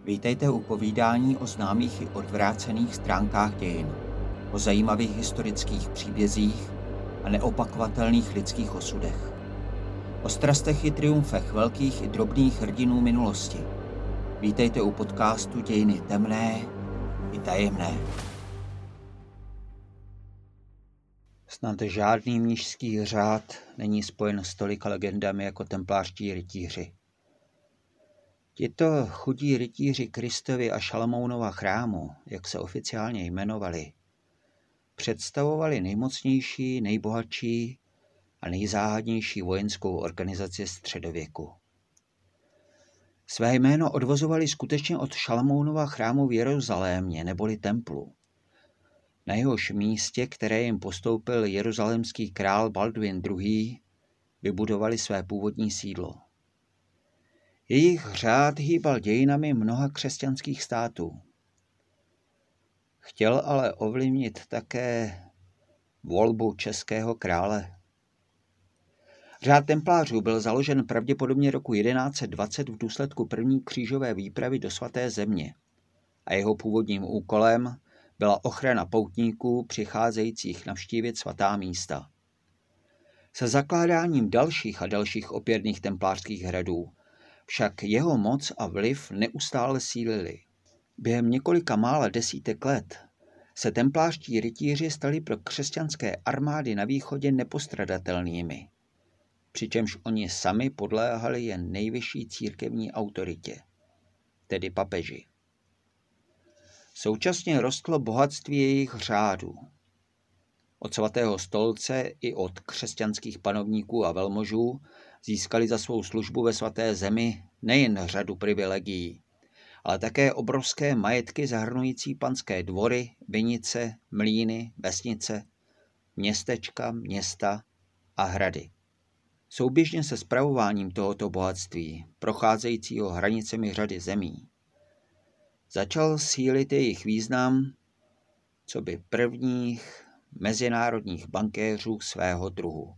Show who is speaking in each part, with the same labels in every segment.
Speaker 1: Vítejte u povídání o známých i odvrácených stránkách dějin, o zajímavých historických příbězích a neopakovatelných lidských osudech. O strastech i triumfech velkých i drobných hrdinů minulosti. Vítejte u podcastu Dějiny temné i tajemné. Snad žádný mnišský řád není spojen s tolika legendami jako templářští rytíři. Tito chudí rytíři Kristovi a Šalamounova chrámu, jak se oficiálně jmenovali, představovali nejmocnější, nejbohatší a nejzáhadnější vojenskou organizaci středověku. Své jméno odvozovali skutečně od Šalamounova chrámu v Jeruzalémě neboli templu. Na jehož místě, které jim postoupil jeruzalémský král Baldwin II., vybudovali své původní sídlo. Jejich řád hýbal dějinami mnoha křesťanských států. Chtěl ale ovlivnit také volbu českého krále. Řád templářů byl založen pravděpodobně roku 1120 v důsledku první křížové výpravy do Svaté země a jeho původním úkolem byla ochrana poutníků přicházejících navštívit svatá místa. Se zakládáním dalších a dalších opěrných templářských hradů však jeho moc a vliv neustále sílily. Během několika mála desítek let se templářští rytíři stali pro křesťanské armády na východě nepostradatelnými, přičemž oni sami podléhali jen nejvyšší církevní autoritě, tedy papeži. Současně rostlo bohatství jejich řádů. Od svatého stolce i od křesťanských panovníků a velmožů získali za svou službu ve svaté zemi nejen řadu privilegií, ale také obrovské majetky zahrnující panské dvory, vinice, mlýny, vesnice, městečka, města a hrady. Souběžně se spravováním tohoto bohatství, procházejícího hranicemi řady zemí, začal sílit jejich význam coby prvních mezinárodních bankéřů svého druhu.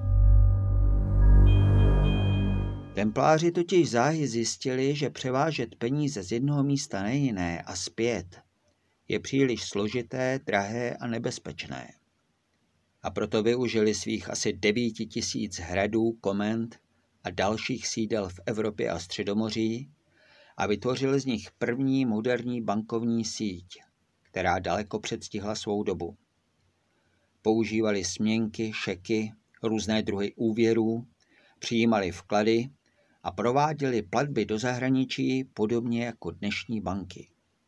Speaker 1: Templáři totiž záhy zjistili, že převážet peníze z jednoho místa na jiné a zpět je příliš složité, drahé a nebezpečné. A proto využili svých asi 9 000 hradů, komend a dalších sídel v Evropě a Středomoří a vytvořili z nich první moderní bankovní síť, která daleko předstihla svou dobu. Používali směnky, šeky, různé druhy úvěrů, přijímali vklady a prováděli platby do zahraničí podobně jako dnešní banky.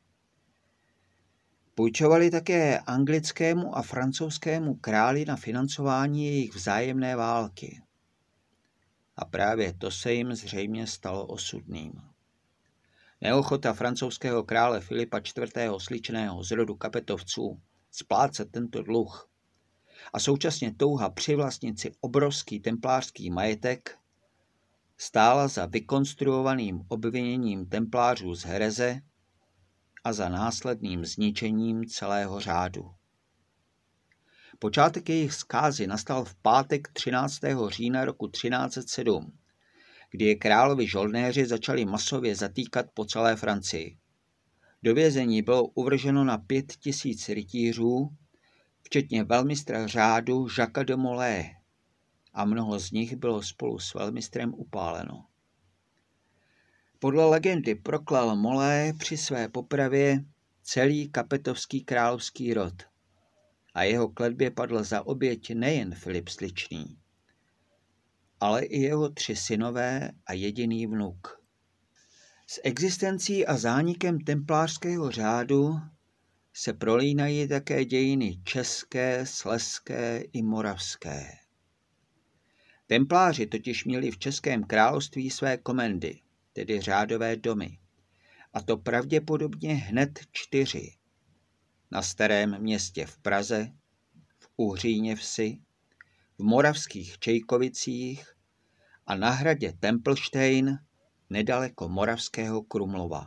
Speaker 1: Půjčovali také anglickému a francouzskému králi na financování jejich vzájemné války. A právě to se jim zřejmě stalo osudným. Neochota francouzského krále Filipa IV. Sličného z rodu Kapetovců splácet tento dluh a současně touha přivlastnit si obrovský templářský majetek stála za vykonstruovaným obviněním templářů z hereze a za následným zničením celého řádu. Počátek jejich zkázy nastal v pátek 13. října roku 1307, kdy je královi žoldnéři začali masově zatýkat po celé Francii. Do vězení bylo uvrženo na 5 000 rytířů, včetně velmistra řádu Jacques de Molay, a mnoho z nich bylo spolu s velmistrem upáleno. Podle legendy proklal Molay při své popravě celý kapetovský královský rod a jeho kletbě padl za oběť nejen Filip Sličný, ale i jeho 3 synové a jediný vnuk. S existencí a zánikem templářského řádu se prolínají také dějiny české, slezské i moravské. Templáři totiž měli v Českém království své komendy, tedy řádové domy, a to pravděpodobně hned 4. Na Starém Městě v Praze, v Uhříněvsi, v moravských Čejkovicích a na hradě Tempelštejn nedaleko moravského Krumlova.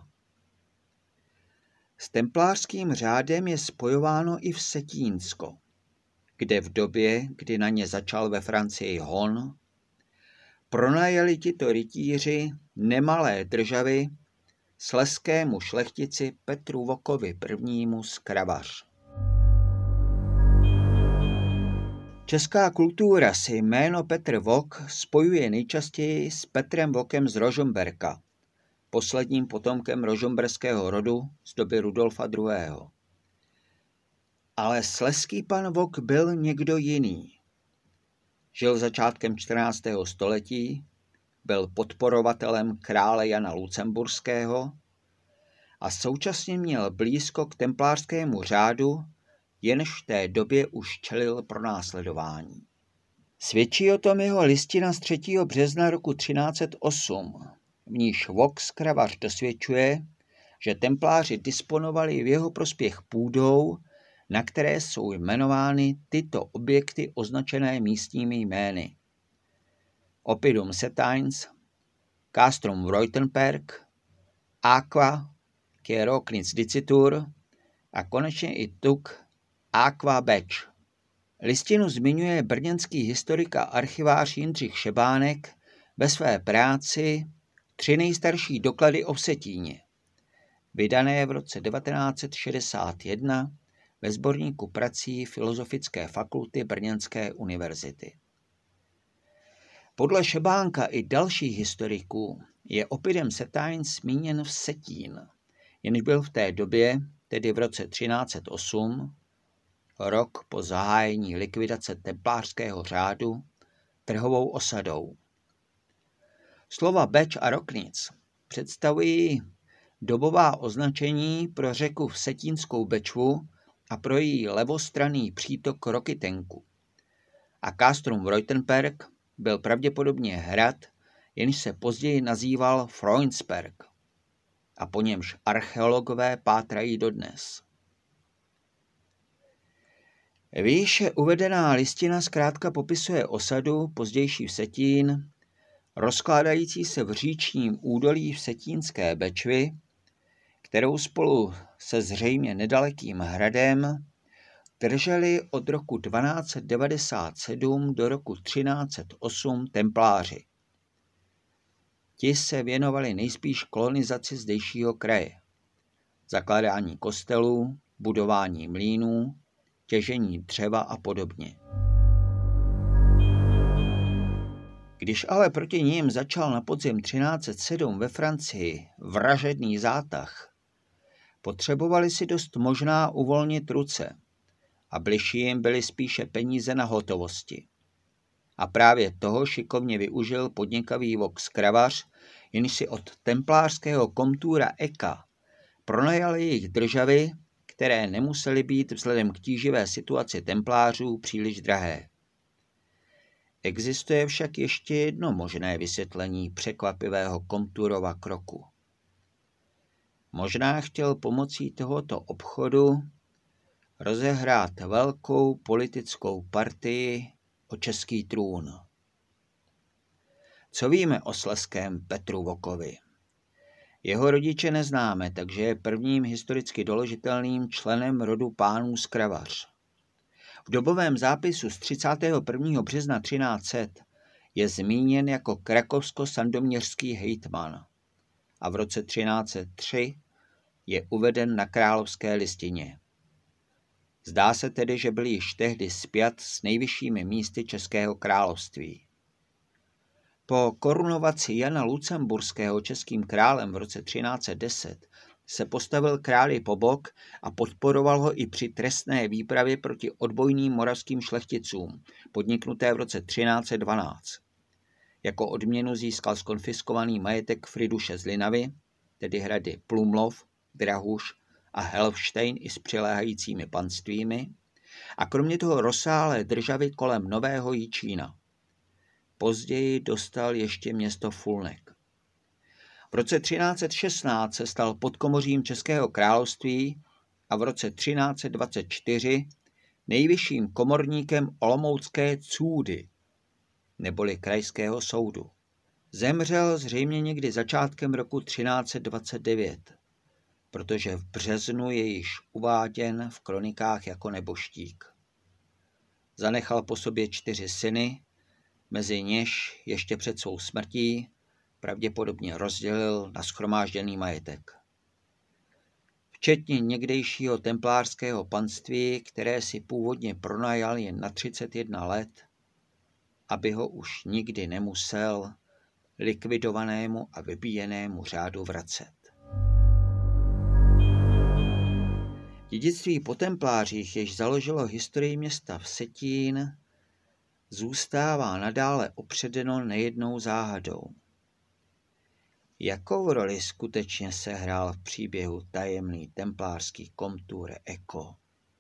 Speaker 1: S templářským řádem je spojováno i Vsetínsko, kde v době, kdy na ně začal ve Francii hon, pronajali tito rytíři nemalé državy slezskému šlechtici Petru Vokovi I. z Kravař. Česká kultura si jméno Petr Vok spojuje nejčastěji s Petrem Vokem z Rožmberka, posledním potomkem rožmberského rodu z doby Rudolfa II. Ale slezský pan Vok byl někdo jiný. Žil začátkem 14. století, byl podporovatelem krále Jana Lucemburského a současně měl blízko k templářskému řádu, jenž v té době už čelil pronásledování. Svědčí o tom jeho listina z 3. března roku 1308, v níž Vok z Kravař dosvědčuje, že templáři disponovali v jeho prospěch půdou, na které jsou jmenovány tyto objekty označené místními jmény: Oppidum Setains, Castrum Reutenberg, Aqua, Kieroknic Dicitur a konečně i tuk Aqua Beč. Listinu zmiňuje brněnský historik a archivář Jindřich Šebánek ve své práci 3 nejstarší doklady o Vsetíně, vydané v roce 1961 ve sborníku prací Filozofické fakulty Brněnské univerzity. Podle Šebánka i dalších historiků je Oppidum Setains zmíněn Vsetín, jenž byl v té době, tedy v roce 1308, rok po zahájení likvidace templářského řádu, trhovou osadou. Slova Beč a Roknic představují dobová označení pro řeku Vsetínskou Bečvu a pro její levostranný přítok Rokitenku. A Castrum Reutenberg byl pravděpodobně hrad, jenž se později nazýval Freundsberg a po němž archeologové pátrají dodnes. Výše uvedená listina zkrátka popisuje osadu, pozdější Vsetín, rozkládající se v říčním údolí Vsetínské Bečvy, kterou spolu se zřejmě nedalekým hradem drželi od roku 1297 do roku 1308 templáři. Ti se věnovali nejspíš kolonizaci zdejšího kraje, zakládání kostelů, budování mlýnů, těžení dřeva a podobně. Když ale proti nim začal na podzim 1307 ve Francii vražedný zátah, potřebovali si dost možná uvolnit ruce a bližší jim byly spíše peníze na hotovosti. A právě toho šikovně využil podnikavý Vok z Kravař, jenž si od templářského komtůra Eka pronajal jejich državy, které nemusely být vzhledem k tíživé situaci templářů příliš drahé. Existuje však ještě jedno možné vysvětlení překvapivého komtůrova kroku. Možná chtěl pomocí tohoto obchodu rozehrát velkou politickou partii o český trůn. Co víme o slezském Petru Vokovi? Jeho rodiče neznáme, takže je prvním historicky doložitelným členem rodu pánů z Kravař. V dobovém zápisu z 31. března 1300 je zmíněn jako krakovsko-sandomněřský hejtman a v roce 1303 je uveden na královské listině. Zdá se tedy, že byl již tehdy spjat s nejvyššími místy Českého království. Po korunovaci Jana Lucemburského českým králem v roce 1310 se postavil králi po bok a podporoval ho i při trestné výpravě proti odbojným moravským šlechticům, podniknuté v roce 1312. Jako odměnu získal zkonfiskovaný majetek Friduše z Linavy, tedy hrady Plumlov, Drahuš a Helfštejn i s přiléhajícími panstvími, a kromě toho rozsáhlé državy kolem Nového Jičína. Později dostal ještě město Fulnek. V roce 1316 se stal podkomořím Českého království a v roce 1324 nejvyšším komorníkem olomoucké cůdy, neboli krajského soudu. Zemřel zřejmě někdy začátkem roku 1329, protože v březnu je již uváděn v kronikách jako neboštík. Zanechal po sobě 4 syny, mezi něž ještě před svou smrtí pravděpodobně rozdělil na shromážděný majetek. Včetně někdejšího templářského panství, které si původně pronajal jen na 31 let, aby ho už nikdy nemusel likvidovanému a vybíjenému řádu vracet. Dědictví po templářích, jež založilo historii města Vsetín, zůstává nadále opředeno nejednou záhadou. Jakou roli skutečně sehrál v příběhu tajemný templářský komtůr Eko?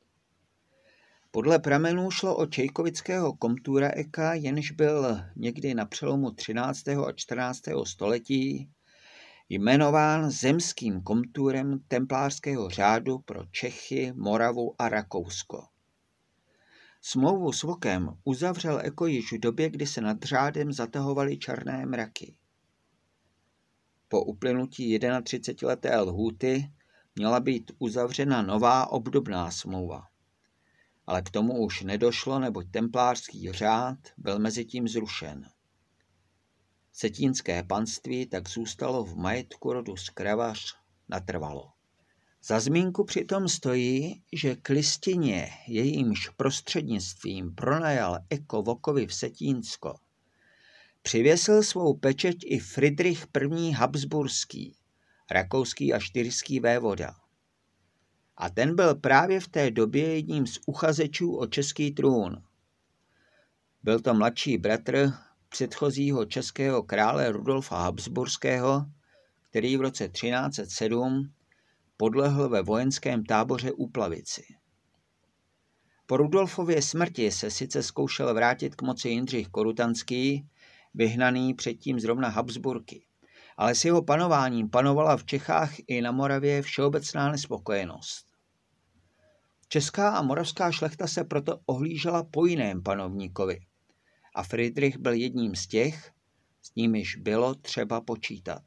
Speaker 1: Podle pramenů šlo o čejkovického komtůra Eka, jenž byl někdy na přelomu 13. a 14. století jmenován zemským komtůrem templářského řádu pro Čechy, Moravu a Rakousko. Smlouvu s Vokem uzavřel Eko již v době, kdy se nad řádem zatahovaly černé mraky. Po uplynutí 31leté lhůty měla být uzavřena nová obdobná smlouva. Ale k tomu už nedošlo, neboť templářský řád byl mezitím zrušen. Vsetínské panství tak zůstalo v majetku rodu Skravař natrvalo. Za zmínku přitom stojí, že k listině, jejímž prostřednictvím pronajal Eko Vokovi Vsetínsko, přivěsil svou pečeť i Fridrich I. Habsburský, rakouský a štýrský vévoda. A ten byl právě v té době jedním z uchazečů o český trůn. Byl to mladší bratr předchozího českého krále Rudolfa Habsburského, který v roce 1307 podlehl ve vojenském táboře u Plavici. Po Rudolfově smrti se sice zkoušel vrátit k moci Jindřich Korutanský, vyhnaný předtím zrovna Habsburky, ale s jeho panováním panovala v Čechách i na Moravě všeobecná nespokojenost. Česká a moravská šlechta se proto ohlížela po jiném panovníkovi a Fridrich byl jedním z těch, s nimiž bylo třeba počítat.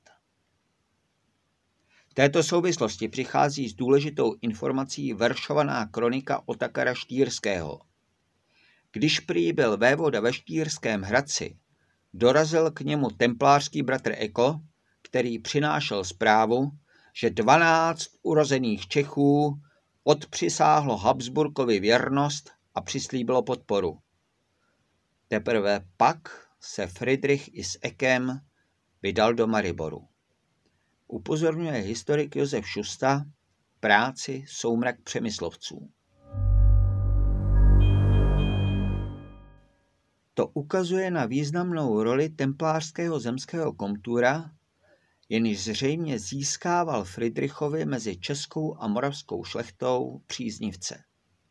Speaker 1: V této souvislosti přichází s důležitou informací veršovaná kronika Otakara Štýrského. Když prý byl vévoda ve Štýrském Hradci, dorazil k němu templářský bratr Eko, který přinášel zprávu, že 12 urozených Čechů odpřisáhlo Habsburkovi věrnost a přislíbilo podporu. Teprve pak se Fridrich i s Ekem vydal do Mariboru. Upozorňuje historik Josef Šusta v práci Soumrak Přemyslovců. To ukazuje na významnou roli templářského zemského komtůra, jenž zřejmě získával Fridrichovi mezi českou a moravskou šlechtou příznivce.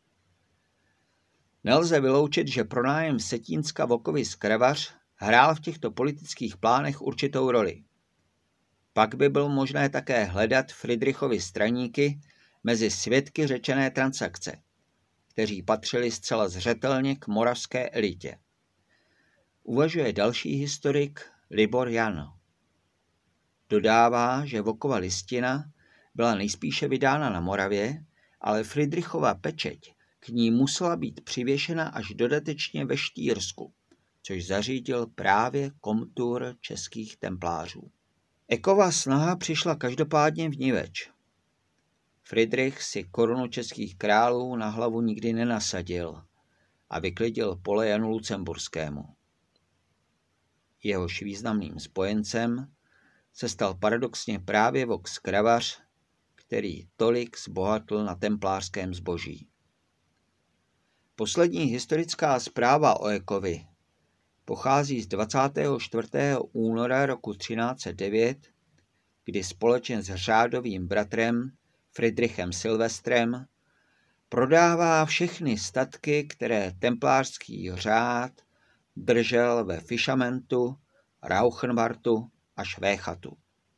Speaker 1: Nelze vyloučit, že pronájem Vsetínska Vokovi Skravař hrál v těchto politických plánech určitou roli. Pak by bylo možné také hledat Fridrichovi straníky mezi svědky řečené transakce, kteří patřili zcela zřetelně k moravské elitě. Uvažuje další historik Libor Jan. Dodává, že Vokova listina byla nejspíše vydána na Moravě, ale Fridrichova pečeť k ní musela být přivěšena až dodatečně ve Štýrsku, což zařídil právě komtůr českých templářů. Ekova snaha přišla každopádně vniveč. Fridrich si korunu českých králů na hlavu nikdy nenasadil a vyklidil pole Janu Lucemburskému. Jehož významným spojencem se stal paradoxně právě Vok Skravař, který tolik zbohatl na templářském zboží. Poslední historická zpráva o Ekovi pochází z 24. února roku 1309, kdy společně s řádovým bratrem Fridrichem Silvestrem prodává všechny statky, které templářský řád držel ve Fischamentu, Rauchenwartu a Švéchatu.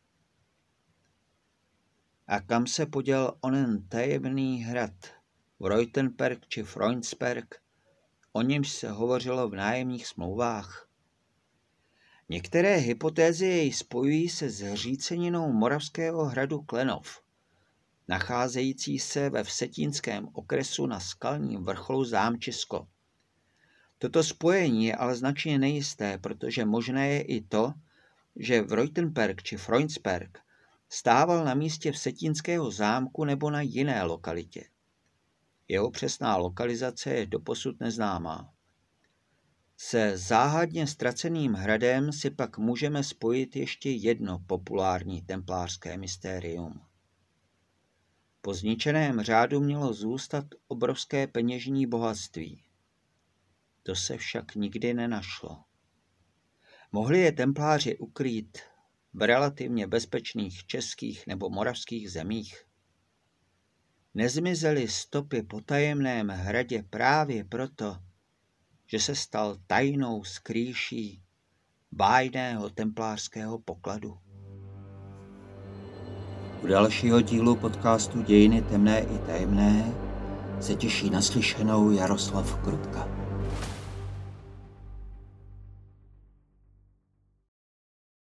Speaker 1: A kam se poděl onen tajemný hrad Reutenberg či Freundsberg, o němž se hovořilo v nájemních smlouvách? Některé hypotézy jej spojují se zříceninou moravského hradu Klenov, nacházející se ve vsetínském okresu na skalním vrcholu Zámčisko. Toto spojení je ale značně nejisté, protože možné je i to, že v Reutenberg či Freudsberg stával na místě vsetínského zámku nebo na jiné lokalitě. Jeho přesná lokalizace je doposud neznámá. Se záhadně ztraceným hradem si pak můžeme spojit ještě jedno populární templářské mystérium. Po zničeném řádu mělo zůstat obrovské peněžní bohatství. To se však nikdy nenašlo. Mohli je templáři ukrýt v relativně bezpečných českých nebo moravských zemích? Nezmizely stopy po tajemném hradě právě proto, že se stal tajnou skrýší bájného templářského pokladu. U dalšího dílu podcastu Dějiny temné i tajemné se těší naslyšenou Jaroslav Krutka.